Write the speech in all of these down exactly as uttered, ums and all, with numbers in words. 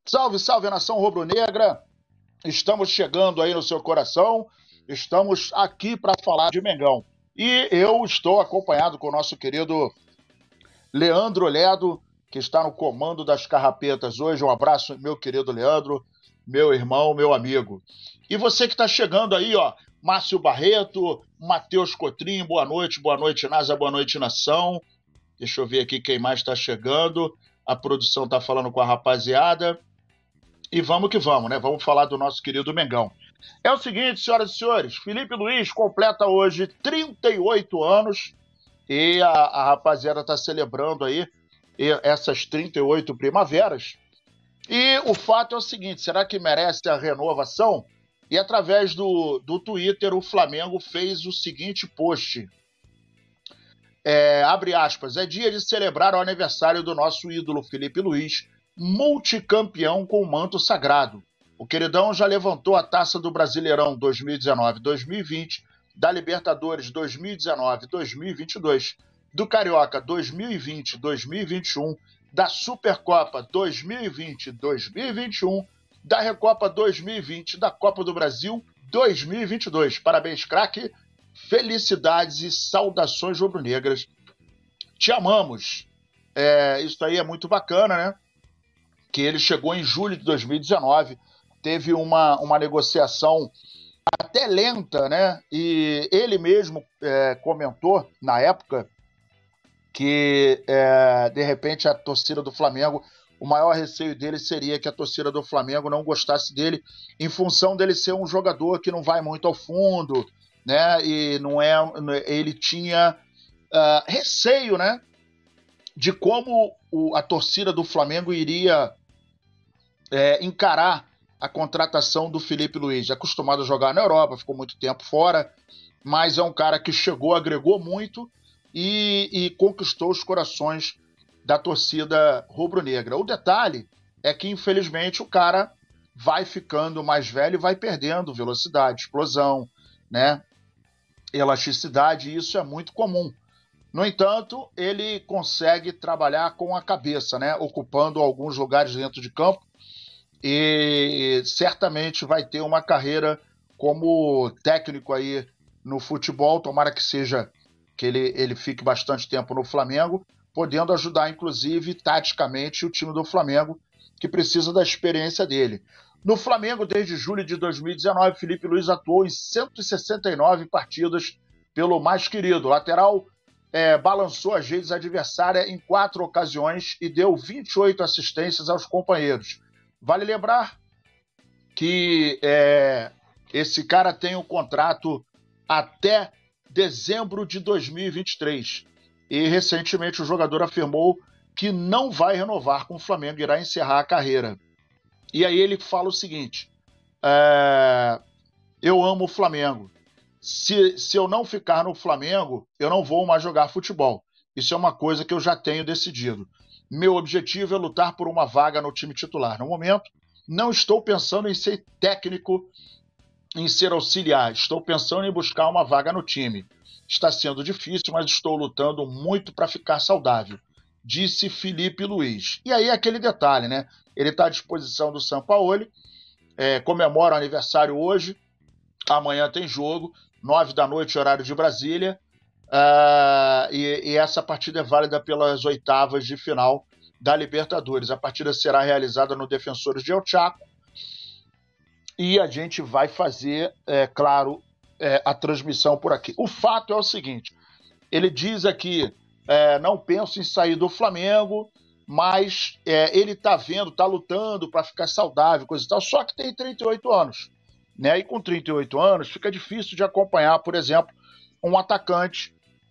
Salve, salve, nação rubro-negra! Estamos chegando aí no seu coração, estamos aqui para falar de Mengão. E eu estou acompanhado com o nosso querido Leandro Ledo, que está no comando das carrapetas hoje. Um abraço, meu querido Leandro, meu irmão, meu amigo. E você que está chegando aí, ó, Márcio Barreto, Matheus Cotrim, boa noite, boa noite, NASA, boa noite, nação. Deixa eu ver aqui quem mais está chegando. A produção está falando com a rapaziada. E vamos que vamos, né? Vamos falar do nosso querido Mengão. É o seguinte, senhoras e senhores, Felipe Luiz completa hoje trinta e oito anos e a, a rapaziada está celebrando aí essas trinta e oito primaveras. E o fato é o seguinte, será que merece a renovação? E através do, do Twitter, o Flamengo fez o seguinte post. É, abre aspas, é dia de celebrar o aniversário do nosso ídolo Felipe Luiz, multicampeão com o manto sagrado. O queridão já levantou a taça do Brasileirão dois mil e dezenove dois mil e vinte, da Libertadores dois mil e dezenove dois mil e vinte e dois, do Carioca dois mil e vinte dois mil e vinte e um, da Supercopa dois mil e vinte dois mil e vinte e um, da Recopa dois mil e vinte, da Copa do Brasil dois mil e vinte e dois. Parabéns, craque, felicidades e saudações rubro-negras. Te amamos. É, isso aí é muito bacana, né? Que ele chegou em julho de dois mil e dezenove, teve uma, uma negociação até lenta, né? E ele mesmo é, comentou na época que, é, de repente, a torcida do Flamengo, o maior receio dele seria que a torcida do Flamengo não gostasse dele em função dele ser um jogador que não vai muito ao fundo, né? E não é, ele tinha uh, receio, né? De como o, a torcida do Flamengo iria é, encarar a contratação do Felipe Luiz. É acostumado a jogar na Europa, ficou muito tempo fora, mas é um cara que chegou, agregou muito e, e conquistou os corações da torcida rubro-negra. O detalhe é que, infelizmente, o cara vai ficando mais velho e vai perdendo velocidade, explosão, né? Elasticidade, e isso é muito comum. No entanto, ele consegue trabalhar com a cabeça, né? Ocupando alguns lugares dentro de campo e certamente vai ter uma carreira como técnico aí no futebol. Tomara que seja que ele, ele fique bastante tempo no Flamengo, podendo ajudar, inclusive, taticamente, o time do Flamengo, que precisa da experiência dele. No Flamengo, desde julho de dois mil e dezenove, Felipe Luiz atuou em cento e sessenta e nove partidas pelo mais querido. Lateral É, balançou as redes adversárias em quatro ocasiões e deu vinte e oito assistências aos companheiros. Vale lembrar que é, esse cara tem um contrato até dezembro de dois mil e vinte e três. E recentemente o jogador afirmou que não vai renovar com o Flamengo, irá encerrar a carreira. E aí ele fala o seguinte, é, eu amo o Flamengo. Se, se eu não ficar no Flamengo, eu não vou mais jogar futebol. Isso é uma coisa que eu já tenho decidido. Meu objetivo é lutar por uma vaga no time titular. No momento, não estou pensando em ser técnico, em ser auxiliar. Estou pensando em buscar uma vaga no time. Está sendo difícil, mas estou lutando muito para ficar saudável, disse Felipe Luiz. E aí aquele detalhe, né? Ele está à disposição do Sampaoli, é, comemora o aniversário hoje, amanhã tem jogo, nove da noite, horário de Brasília, uh, e, e essa partida é válida pelas oitavas de final da Libertadores. A partida será realizada no Defensores de El Chaco e a gente vai fazer, é, claro, é, a transmissão por aqui. O fato é o seguinte, ele diz aqui, é, não penso em sair do Flamengo, mas é, ele está vendo, está lutando para ficar saudável, coisa e tal, só que tem trinta e oito anos. Né? E com trinta e oito anos fica difícil de acompanhar, por exemplo, um atacante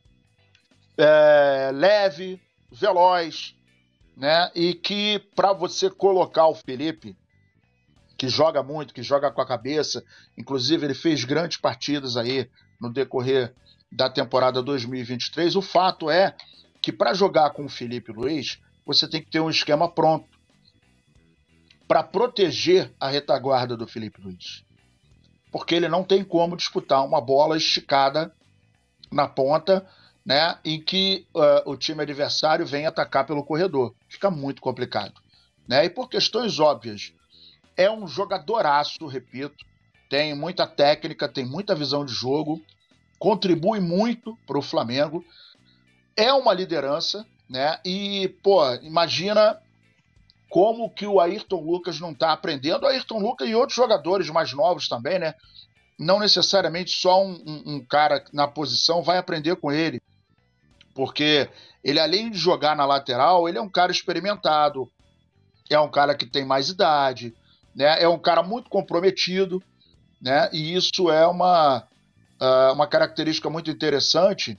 é, leve, veloz, né? E que para você colocar o Felipe, que joga muito, que joga com a cabeça, inclusive ele fez grandes partidas aí no decorrer da temporada dois mil e vinte e três, o fato é que para jogar com o Felipe Luiz, você tem que ter um esquema pronto para proteger a retaguarda do Felipe Luiz. Porque ele não tem como disputar uma bola esticada na ponta, né, em que uh, o time adversário vem atacar pelo corredor. Fica muito complicado. né? E por questões óbvias. É um jogadoraço, repito, tem muita técnica, tem muita visão de jogo, contribui muito para o Flamengo, é uma liderança, né? E, pô, imagina como que o Ayrton Lucas não está aprendendo. O Ayrton Lucas e outros jogadores mais novos também, né? Não necessariamente só um, um, um cara na posição vai aprender com ele, porque ele, além de jogar na lateral, ele é um cara experimentado, é um cara que tem mais idade, né? É um cara muito comprometido, né? E isso é uma, uh, uma característica muito interessante,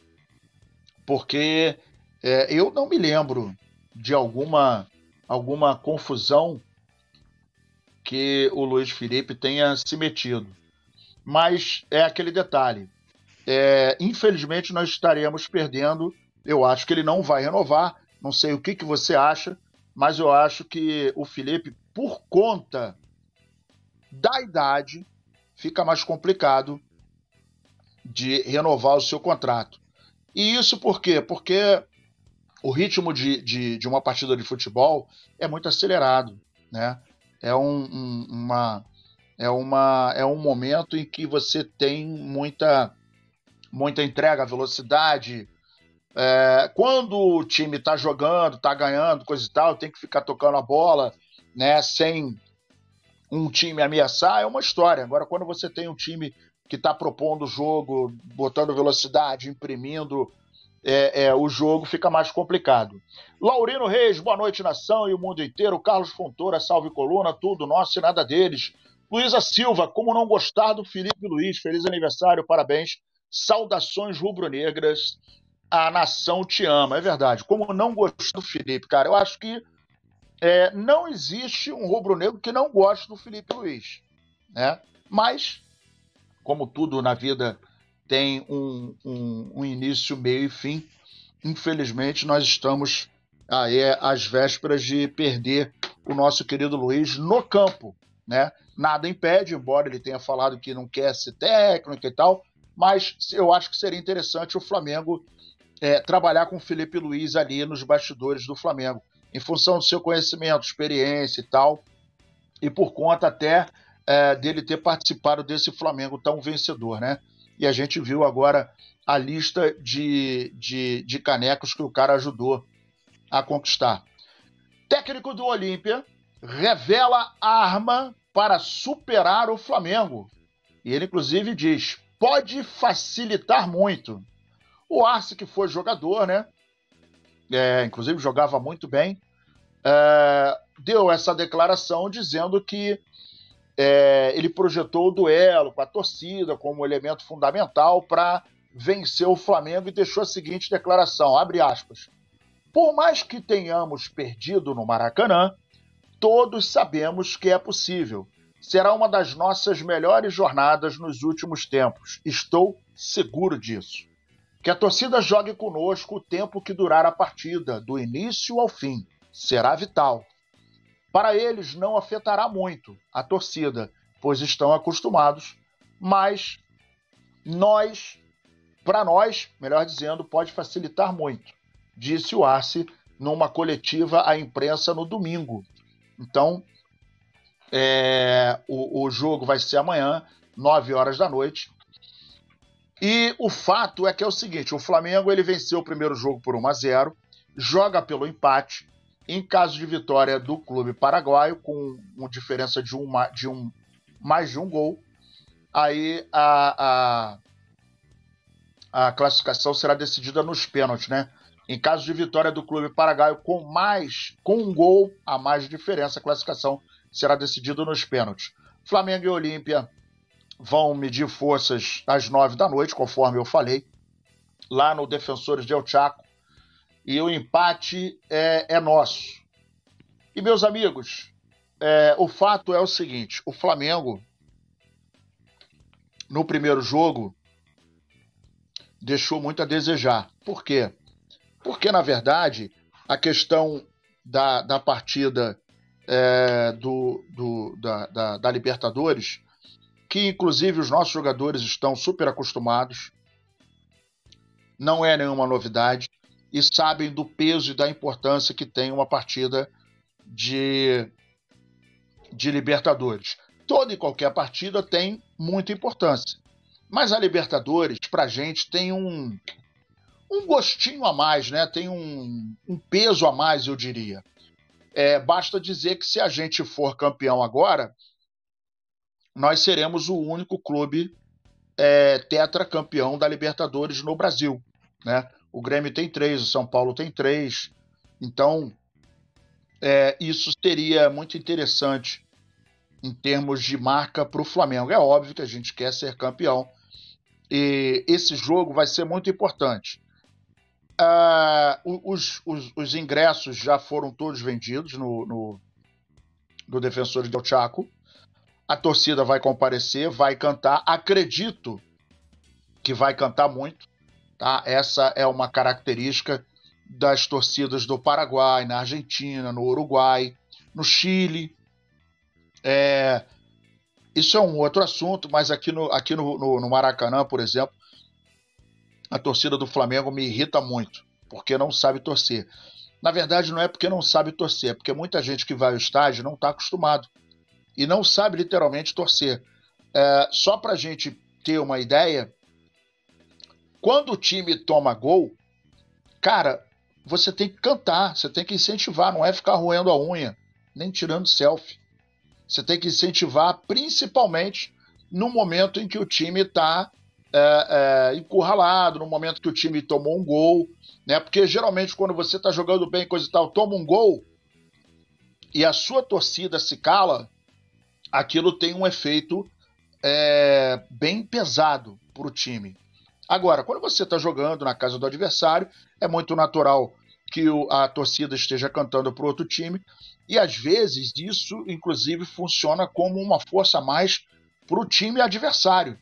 porque é, eu não me lembro de alguma, alguma confusão que o Luiz Felipe tenha se metido. Mas é aquele detalhe. É, infelizmente, nós estaremos perdendo. Eu acho que ele não vai renovar. Não sei o que, que você acha, mas eu acho que o Felipe, por conta da idade, fica mais complicado de renovar o seu contrato. E isso por quê? Porque o ritmo de, de, de uma partida de futebol é muito acelerado, né? É um, um, uma, é, uma, é um momento em que você tem muita, muita entrega, velocidade. É, quando o time está jogando, está ganhando, coisa e tal, tem que ficar tocando a bola, né, sem um time ameaçar, é uma história. Agora, quando você tem um time que está propondo o jogo, botando velocidade, imprimindo é, é, o jogo, fica mais complicado. Laurino Reis, boa noite, nação e o mundo inteiro. Carlos Fontoura, salve coluna, tudo nosso e nada deles. Luísa Silva, como não gostar do Felipe Luiz? Feliz aniversário, parabéns. Saudações rubro-negras, a nação te ama. É verdade, como não gostar do Felipe, cara, eu acho que é, não existe um rubro-negro que não goste do Felipe Luiz, né? Mas, como tudo na vida tem um, um, um início, meio e fim, infelizmente nós estamos aí às vésperas de perder o nosso querido Luiz no campo, né? Nada impede, embora ele tenha falado que não quer ser técnico e tal, mas eu acho que seria interessante o Flamengo é, trabalhar com o Felipe Luiz ali nos bastidores do Flamengo, em função do seu conhecimento, experiência e tal, e por conta até é, dele ter participado desse Flamengo tão vencedor, né? E a gente viu agora a lista de, de, de canecos que o cara ajudou a conquistar. Técnico do Olímpia revela arma para superar o Flamengo. E ele, inclusive, diz, pode facilitar muito. O Arce, que foi jogador, né? É, inclusive jogava muito bem, é, deu essa declaração dizendo que é, ele projetou o duelo com a torcida como elemento fundamental para vencer o Flamengo e deixou a seguinte declaração, abre aspas, por mais que tenhamos perdido no Maracanã, todos sabemos que é possível. Será uma das nossas melhores jornadas nos últimos tempos. Estou seguro disso. Que a torcida jogue conosco o tempo que durar a partida, do início ao fim. Será vital. Para eles não afetará muito a torcida, pois estão acostumados, mas nós, para nós, melhor dizendo, pode facilitar muito, disse o Arce numa coletiva à imprensa no domingo. Então, é, o, o jogo vai ser amanhã, nove horas da noite. E o fato é que é o seguinte, o Flamengo ele venceu o primeiro jogo por um a zero, joga pelo empate, em caso de vitória do clube paraguaio, com uma diferença de, uma, de um, mais de um gol, aí a, a, a classificação será decidida nos pênaltis, né? Em caso de vitória do clube paraguaio com mais, com um gol a mais de diferença, a classificação será decidida nos pênaltis. Flamengo e Olímpia vão medir forças às nove da noite, conforme eu falei, lá no Defensores de El Chaco, e o empate é, é nosso. E, meus amigos, é, o fato é o seguinte, o Flamengo, no primeiro jogo, deixou muito a desejar. Por quê? Porque, na verdade, a questão da, da partida é, do, do, da, da, da Libertadores, que inclusive os nossos jogadores estão super acostumados, não é nenhuma novidade, e sabem do peso e da importância que tem uma partida de, de Libertadores. Toda e qualquer partida tem muita importância. Mas a Libertadores, para a gente, tem um, um gostinho a mais, né? Tem um, um peso a mais, eu diria. É, basta dizer que se a gente for campeão agora, nós seremos o único clube é, tetracampeão da Libertadores no Brasil, né? O Grêmio tem três, o São Paulo tem três. Então, é, isso seria muito interessante em termos de marca para o Flamengo. É óbvio que a gente quer ser campeão e esse jogo vai ser muito importante. Ah, os, os, os ingressos já foram todos vendidos no, no, no Defensores del Chaco. A torcida vai comparecer, vai cantar. Acredito que vai cantar muito. Tá? Essa é uma característica das torcidas do Paraguai, na Argentina, no Uruguai, no Chile. É, isso é um outro assunto, mas aqui, no, aqui no, no, no Maracanã, por exemplo, a torcida do Flamengo me irrita muito, porque não sabe torcer. Na verdade, não é porque não sabe torcer, é porque muita gente que vai ao estádio não está acostumado e não sabe literalmente torcer. É, só para a gente ter uma ideia, quando o time toma gol, cara, você tem que cantar, você tem que incentivar, não é ficar roendo a unha, nem tirando selfie. Você tem que incentivar, principalmente no momento em que o time está é, é, encurralado, no momento que o time tomou um gol, né? Porque geralmente quando você está jogando bem, coisa e tal, toma um gol e a sua torcida se cala, aquilo tem um efeito é, bem pesado para o time. Agora, quando você está jogando na casa do adversário, é muito natural que o, a torcida esteja cantando para o outro time, e às vezes isso, inclusive, funciona como uma força a mais para o time adversário.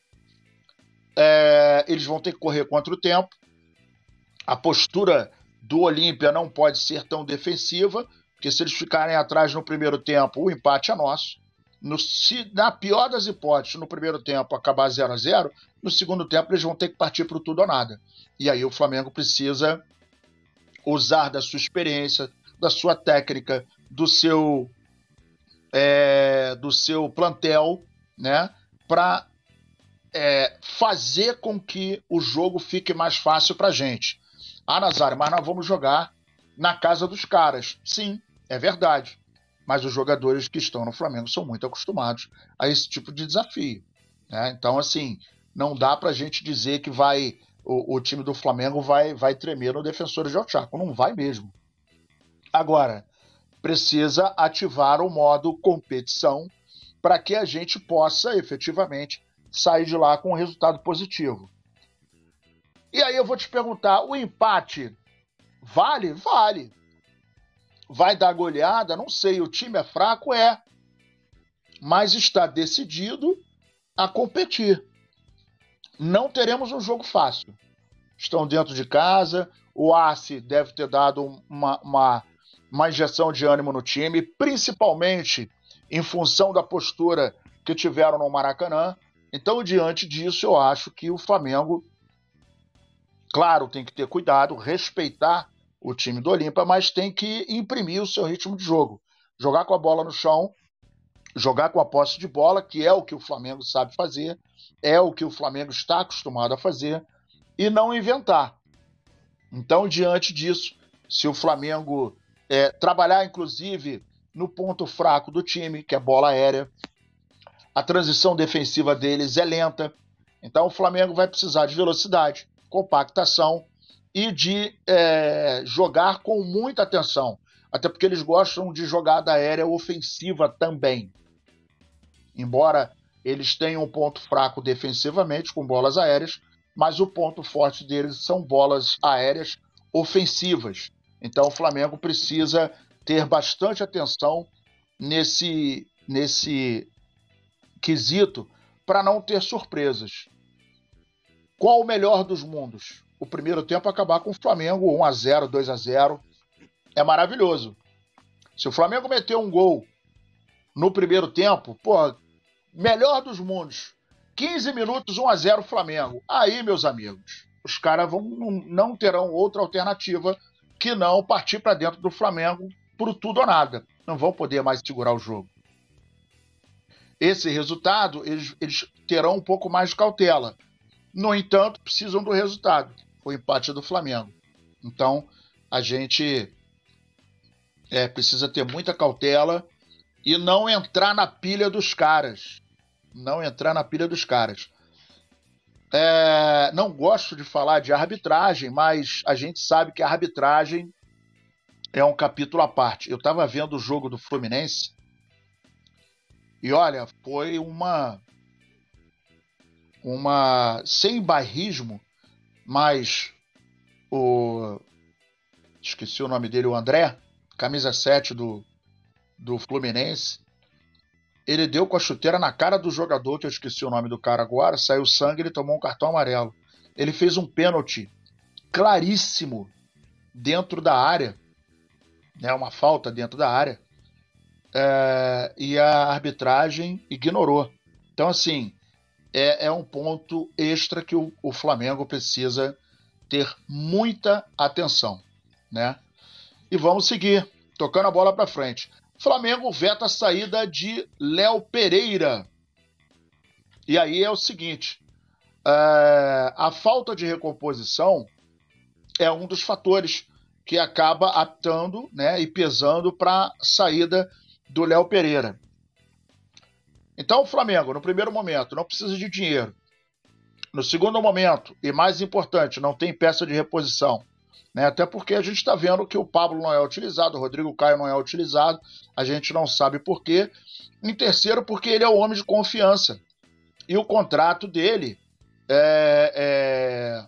É, eles vão ter que correr contra o tempo, a postura do Olímpia não pode ser tão defensiva, porque se eles ficarem atrás no primeiro tempo, o empate é nosso. No, se, na pior das hipóteses, no primeiro tempo acabar zero a zero, no segundo tempo eles vão ter que partir para o tudo ou nada. E aí o Flamengo precisa usar da sua experiência, da sua técnica, do seu, é, do seu plantel, né, para é, fazer com que o jogo fique mais fácil para a gente. Ah, Nazário, mas nós vamos jogar na casa dos caras. Sim, é verdade. Mas os jogadores que estão no Flamengo são muito acostumados a esse tipo de desafio, né? Então, assim, não dá para a gente dizer que vai o, o time do Flamengo vai, vai tremer no Defensores del Chaco. Não vai mesmo. Agora, precisa ativar o modo competição para que a gente possa, efetivamente, sair de lá com um resultado positivo. E aí eu vou te perguntar, o empate vale? Vale. Vai dar goleada? Não sei, o time é fraco? É. Mas está decidido a competir. Não teremos um jogo fácil. Estão dentro de casa, o Arce deve ter dado uma, uma, uma injeção de ânimo no time, principalmente em função da postura que tiveram no Maracanã. Então, diante disso, eu acho que o Flamengo, claro, tem que ter cuidado, respeitar o time do Olímpia, mas tem que imprimir o seu ritmo de jogo. Jogar com a bola no chão, jogar com a posse de bola, que é o que o Flamengo sabe fazer, é o que o Flamengo está acostumado a fazer, e não inventar. Então, diante disso, se o Flamengo é, trabalhar, inclusive, no ponto fraco do time, que é bola aérea, a transição defensiva deles é lenta, então o Flamengo vai precisar de velocidade, compactação e de é, jogar com muita atenção, até porque eles gostam de jogada aérea ofensiva também. Embora eles tenham um ponto fraco defensivamente com bolas aéreas, mas o ponto forte deles são bolas aéreas ofensivas. Então o Flamengo precisa ter bastante atenção nesse, nesse quesito para não ter surpresas. Qual o melhor dos mundos? O primeiro tempo acabar com o Flamengo um a zero, dois a zero. É maravilhoso. Se o Flamengo meter um gol no primeiro tempo, pô, melhor dos mundos. quinze minutos, um a zero Flamengo. Aí, meus amigos, os caras vão, não terão outra alternativa que não partir para dentro do Flamengo pro tudo ou nada. Não vão poder mais segurar o jogo. Esse resultado, eles, eles terão um pouco mais de cautela. No entanto, precisam do resultado. O empate do Flamengo. Então, a gente é, precisa ter muita cautela e não entrar na pilha dos caras. Não entrar na pilha dos caras. É, não gosto de falar de arbitragem, mas a gente sabe que a arbitragem é um capítulo à parte. Eu estava vendo o jogo do Fluminense e, olha, foi uma... uma sem bairrismo, mas o... esqueci o nome dele, o André, camisa sete do, do Fluminense, ele deu com a chuteira na cara do jogador, que eu esqueci o nome do cara agora, saiu sangue, ele tomou um cartão amarelo. Ele fez um pênalti claríssimo dentro da área, né, uma falta dentro da área, é, e a arbitragem ignorou. Então, assim, é, é um ponto extra que o, o Flamengo precisa ter muita atenção, né? E vamos seguir, tocando a bola para frente. Flamengo veta a saída de Léo Pereira. E aí é o seguinte, é, a falta de recomposição é um dos fatores que acaba aptando, né, e pesando para a saída do Léo Pereira. Então o Flamengo, no primeiro momento, não precisa de dinheiro. No segundo momento, e mais importante, não tem peça de reposição. Né? Até porque a gente está vendo que o Pablo não é utilizado, o Rodrigo Caio não é utilizado, a gente não sabe por quê. Em terceiro, porque ele é o homem de confiança. E o contrato dele é, é,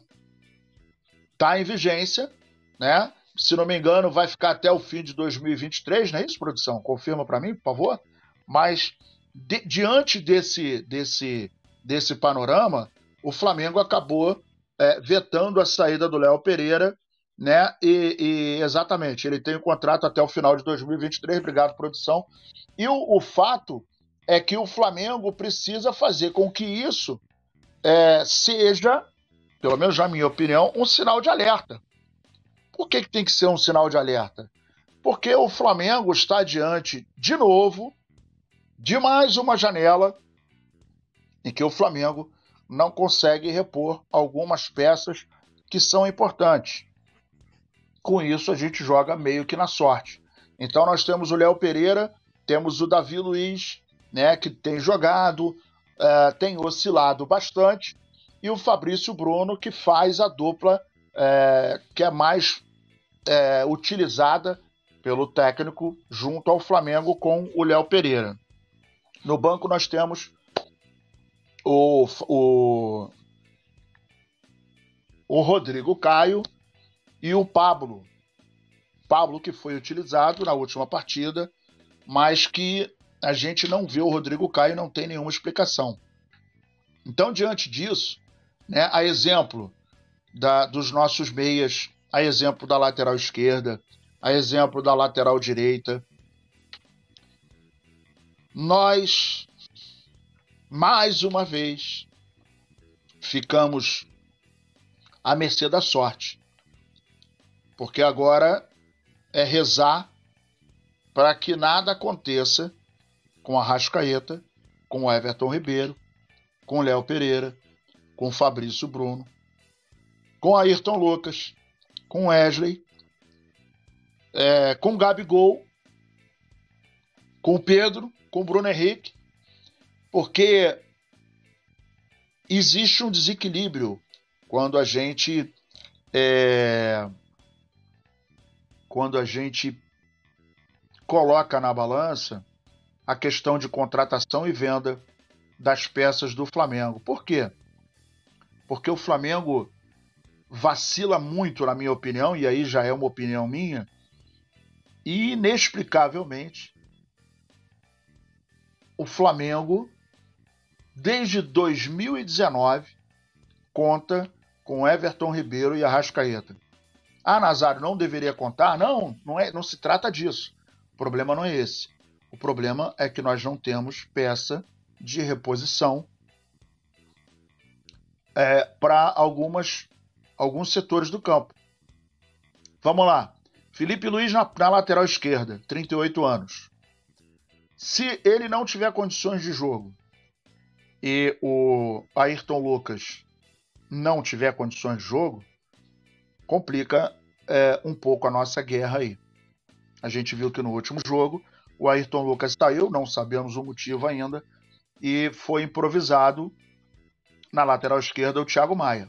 tá em vigência, né? Se não me engano, vai ficar até o fim de dois mil e vinte e três, não é isso, produção? Confirma para mim, por favor. Mas, de, diante desse, desse, desse panorama, o Flamengo acabou é, vetando a saída do Léo Pereira, né? E, e exatamente, ele tem o um contrato até o final de dois mil e vinte e três, obrigado, produção. E o, o fato é que o Flamengo precisa fazer com que isso é, seja, pelo menos na minha opinião, um sinal de alerta. Por que, que tem que ser um sinal de alerta? Porque o Flamengo está diante, de novo, de mais uma janela em que o Flamengo não consegue repor algumas peças que são importantes. Com isso, a gente joga meio que na sorte. Então, nós temos o Léo Pereira, temos o Davi Luiz, né, que tem jogado, uh, tem oscilado bastante, e o Fabrício Bruno, que faz a dupla É, que é mais é, utilizada pelo técnico junto ao Flamengo com o Léo Pereira. No banco nós temos o, o, o Rodrigo Caio e o Pablo. Pablo que foi utilizado na última partida, mas que a gente não vê o Rodrigo Caio, não tem nenhuma explicação. Então, diante disso, né, a exemplo Da, dos nossos meias, a exemplo da lateral esquerda, a exemplo da lateral direita. Nós, mais uma vez, ficamos à mercê da sorte. Porque agora é rezar para que nada aconteça com a Arrascaeta, com o Everton Ribeiro, com o Léo Pereira, com o Fabrício Bruno, com Ayrton Lucas, com Wesley, é, com Gabigol, com Pedro, com Bruno Henrique, porque existe um desequilíbrio quando a gente é, quando a gente coloca na balança a questão de contratação e venda das peças do Flamengo. Por quê? Porque o Flamengo vacila muito, na minha opinião, e aí já é uma opinião minha, e inexplicavelmente o Flamengo, desde dois mil e dezenove, conta com Everton Ribeiro e Arrascaeta. Ah, Nazário, não deveria contar? Não, não, é, não se trata disso. O problema não é esse. O problema é que nós não temos peça de reposição é, para algumas alguns setores do campo. Vamos lá. Felipe Luiz na, na lateral esquerda, trinta e oito anos. Se ele não tiver condições de jogo e o Ayrton Lucas não tiver condições de jogo, complica é, um pouco a nossa guerra aí. A gente viu que no último jogo o Ayrton Lucas saiu, não sabemos o motivo ainda, e foi improvisado na lateral esquerda o Thiago Maia.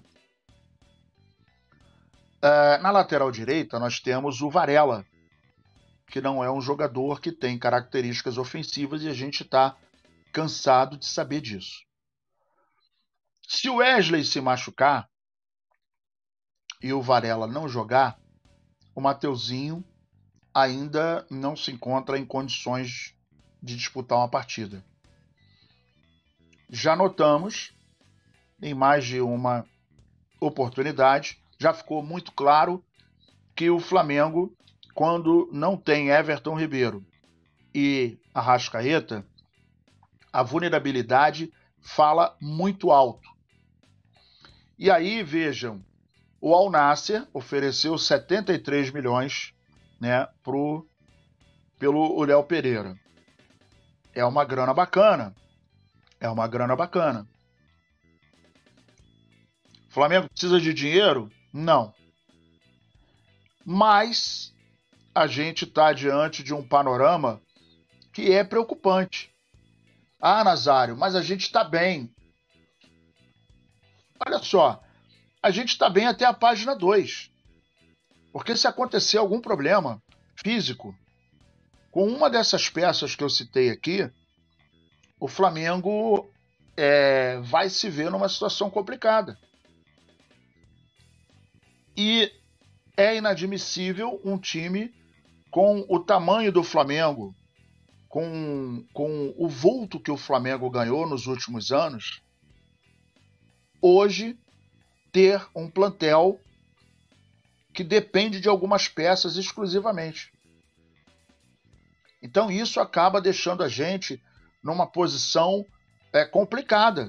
É, na lateral direita nós temos o Varela, que não é um jogador que tem características ofensivas e a gente está cansado de saber disso. Se o Wesley se machucar e o Varela não jogar, o Mateuzinho ainda não se encontra em condições de disputar uma partida. Já notamos, em mais de uma oportunidade, já ficou muito claro que o Flamengo, quando não tem Everton Ribeiro e Arrascaeta, a vulnerabilidade fala muito alto. E aí, vejam, o Al Nassr ofereceu setenta e três milhões, né, pro, pelo Léo Pereira. É uma grana bacana. É uma grana bacana. O Flamengo precisa de dinheiro? Não. Mas a gente está diante de um panorama que é preocupante. Ah, Nazário, mas a gente está bem. Olha só, a gente está bem até a página dois. Porque se acontecer algum problema físico com uma dessas peças que eu citei aqui, o Flamengo é, vai se ver numa situação complicada. E é inadmissível um time com o tamanho do Flamengo, com, com o vulto que o Flamengo ganhou nos últimos anos, hoje ter um plantel que depende de algumas peças exclusivamente. Então isso acaba deixando a gente numa posição é, complicada.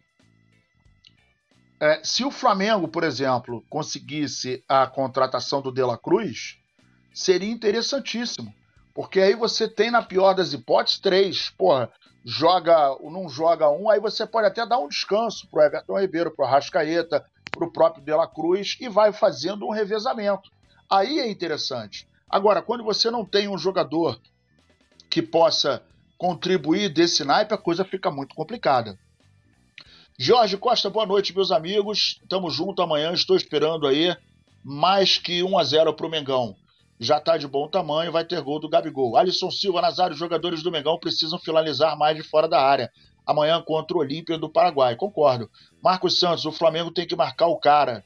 É, se o Flamengo, por exemplo, conseguisse a contratação do De La Cruz, seria interessantíssimo. Porque aí você tem, na pior das hipóteses, três. Porra, joga, não joga um, aí você pode até dar um descanso pro Everton Ribeiro, pro Arrascaeta, pro próprio De La Cruz e vai fazendo um revezamento. Aí é interessante. Agora, quando você não tem um jogador que possa contribuir desse naipe, a coisa fica muito complicada. Jorge Costa, boa noite, meus amigos. Tamo junto amanhã, estou esperando aí mais que um a zero pro Mengão. Já tá de bom tamanho, vai ter gol do Gabigol. Alisson Silva, Nazário, os jogadores do Mengão precisam finalizar mais de fora da área. Amanhã contra o Olímpia do Paraguai, concordo. Marcos Santos, o Flamengo tem que marcar o cara.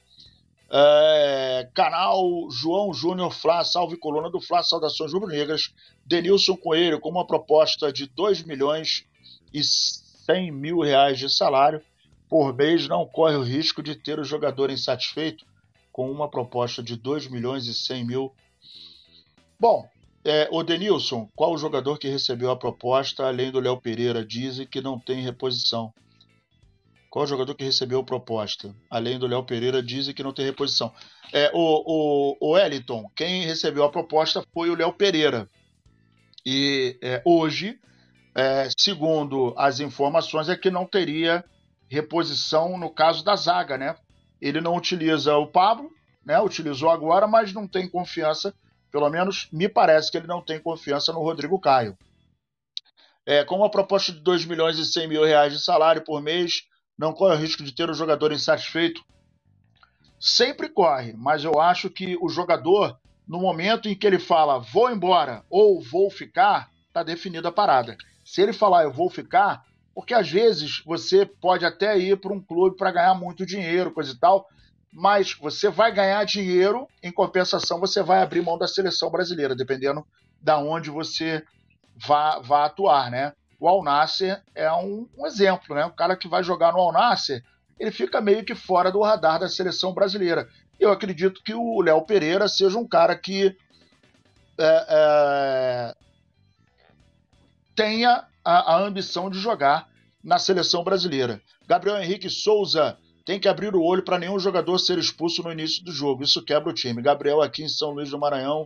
É, canal João Júnior Flá, salve coluna do Flá, saudações rubro-negras. Denilson Coelho, com uma proposta de dois milhões e cem mil reais de salário por mês, não corre o risco de ter o jogador insatisfeito com uma proposta de dois milhões e cem mil. Bom, é, o Denilson, qual o jogador que recebeu a proposta, além do Léo Pereira, dizem que não tem reposição? Qual o jogador que recebeu a proposta? Além do Léo Pereira, dizem que não tem reposição. É, o, o, o Wellington, quem recebeu a proposta foi o Léo Pereira. E é, hoje, é, segundo as informações, é que não teria reposição no caso da zaga, né? Ele não utiliza o Pablo, né? Utilizou agora, mas não tem confiança, pelo menos me parece que ele não tem confiança no Rodrigo Caio. É, com uma proposta de dois milhões e cem mil reais de salário por mês, não corre o risco de ter o jogador insatisfeito? Sempre corre, mas eu acho que o jogador, no momento em que ele fala vou embora ou vou ficar, está definida a parada. Se ele falar eu vou ficar, porque às vezes você pode até ir para um clube para ganhar muito dinheiro, coisa e tal, mas você vai ganhar dinheiro, em compensação você vai abrir mão da seleção brasileira, dependendo da onde você vá, vá atuar, né? O Al Nassr é um, um exemplo, né? O cara que vai jogar no Al Nassr, ele fica meio que fora do radar da seleção brasileira. Eu acredito que o Léo Pereira seja um cara que é, é, tenha a, a ambição de jogar na seleção brasileira. Gabriel Henrique Souza tem que abrir o olho para nenhum jogador ser expulso no início do jogo. Isso quebra o time. Gabriel aqui em São Luís do Maranhão,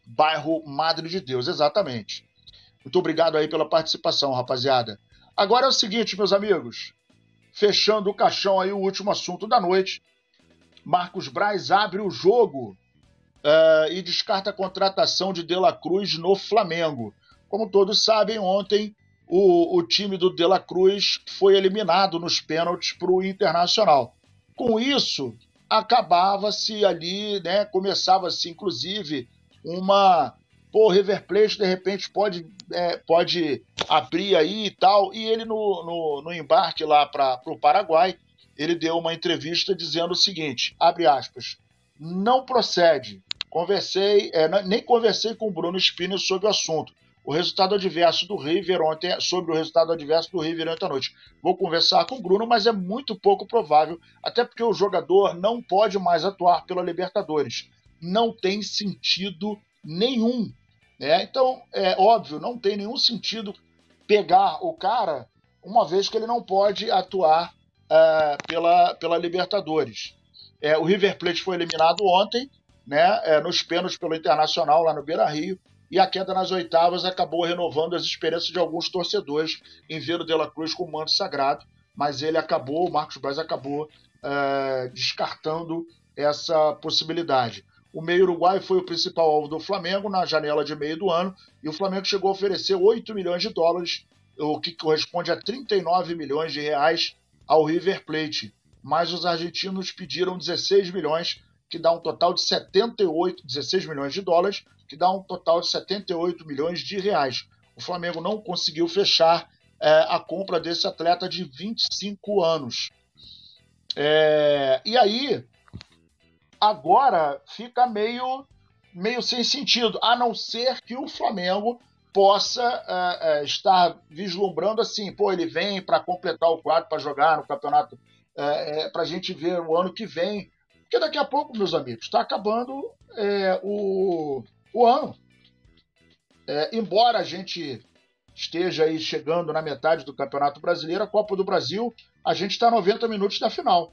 bairro Madre de Deus, exatamente. Muito obrigado aí pela participação, rapaziada. Agora é o seguinte, meus amigos, fechando o caixão aí, o último assunto da noite, Marcos Braz abre o jogo uh, e descarta a contratação de De La Cruz no Flamengo. Como todos sabem, ontem o, o time do De La Cruz foi eliminado nos pênaltis para o Internacional. Com isso, acabava-se ali, né, começava-se inclusive uma... Pô, o River Plate de repente pode, é, pode abrir aí e tal, e ele no, no, no embarque lá para o Paraguai, ele deu uma entrevista dizendo o seguinte, abre aspas, não procede, conversei, é, nem conversei com o Bruno Spinner sobre o assunto, o resultado adverso do River ontem, sobre o resultado adverso do River ontem à noite. Vou conversar com o Bruno, mas é muito pouco provável, até porque o jogador não pode mais atuar pela Libertadores. Não tem sentido nenhum. Né? Então, é óbvio, não tem nenhum sentido pegar o cara, uma vez que ele não pode atuar uh, pela, pela Libertadores. É, o River Plate foi eliminado ontem, né, é, nos pênaltis pelo Internacional, lá no Beira-Rio, e a queda nas oitavas acabou renovando as esperanças de alguns torcedores em ver o De La Cruz com o manto sagrado, mas ele acabou, o Marcos Braz acabou uh, descartando essa possibilidade. O meio uruguaio foi o principal alvo do Flamengo na janela de meio do ano, e o Flamengo chegou a oferecer oito milhões de dólares, o que corresponde a trinta e nove milhões de reais ao River Plate, mas os argentinos pediram dezesseis milhões, que dá um total de setenta e oito, dezesseis milhões de dólares, que dá um total de setenta e oito milhões de reais. O Flamengo não conseguiu fechar é, a compra desse atleta de vinte e cinco anos. É, e aí, agora fica meio, meio sem sentido, a não ser que o Flamengo possa é, é, estar vislumbrando assim, pô, ele vem para completar o quadro, para jogar no campeonato, é, é, para a gente ver o ano que vem, porque daqui a pouco, meus amigos, está acabando é, o, o ano. É, embora a gente esteja aí chegando na metade do Campeonato Brasileiro, a Copa do Brasil, a gente está a noventa minutos da final.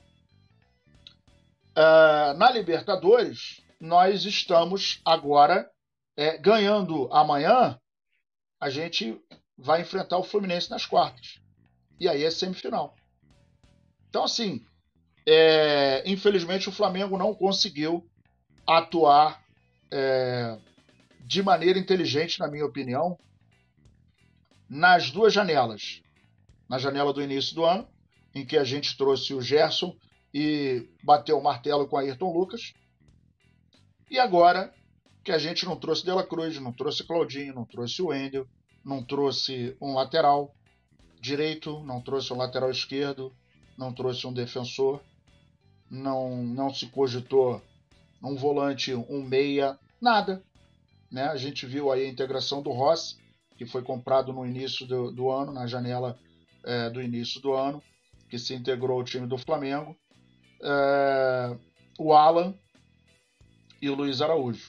É, na Libertadores, nós estamos agora é, ganhando amanhã, a gente vai enfrentar o Fluminense nas quartas. E aí é semifinal. Então, assim, É, infelizmente o Flamengo não conseguiu atuar é, de maneira inteligente, na minha opinião, nas duas janelas. Na janela do início do ano, em que a gente trouxe o Gerson e bateu o martelo com o Ayrton Lucas, e agora que a gente não trouxe De La Cruz, não trouxe Claudinho, não trouxe o Wendel, não trouxe um lateral direito, não trouxe um lateral esquerdo, não trouxe um defensor, Não, não se cogitou um volante, um meia, nada. Né? A gente viu aí a integração do Rossi, que foi comprado no início do, do ano, na janela é, do início do ano, que se integrou ao time do Flamengo. É, o Alan e o Luiz Araújo.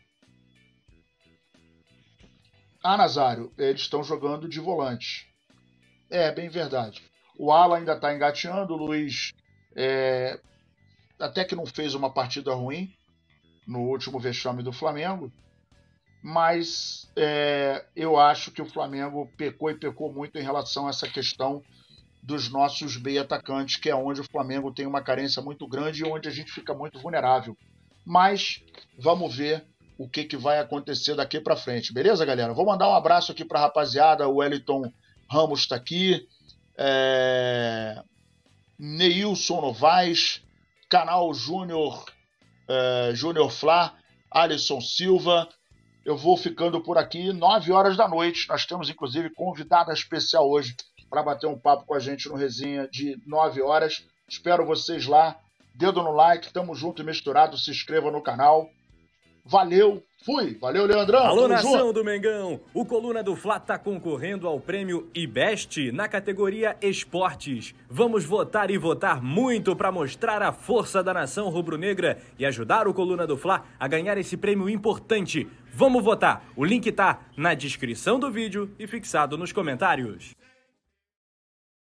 Ah, Nazário, eles estão jogando de volante. É, bem verdade. O Alan ainda está engateando, o Luiz... É, até que não fez uma partida ruim no último vexame do Flamengo, mas é, eu acho que o Flamengo pecou e pecou muito em relação a essa questão dos nossos meia atacantes, que é onde o Flamengo tem uma carência muito grande e onde a gente fica muito vulnerável. Mas vamos ver o que, que vai acontecer daqui para frente, beleza, galera? Vou mandar um abraço aqui para a rapaziada, o Wellington Ramos está aqui, é... Neilson Novaes, Canal Júnior uh, Júnior Flá, Alisson Silva. Eu vou ficando por aqui, nove horas da noite. Nós temos, inclusive, convidada especial hoje para bater um papo com a gente no Resenha de nove horas. Espero vocês lá. Dedo no like, tamo junto e misturado. Se inscreva no canal. Valeu, fui. Valeu, Leandrão. Alô, nação do Mengão. O Coluna do Fla tá concorrendo ao prêmio IBEST na categoria Esportes. Vamos votar e votar muito para mostrar a força da nação rubro-negra e ajudar o Coluna do Fla a ganhar esse prêmio importante. Vamos votar. O link tá na descrição do vídeo e fixado nos comentários.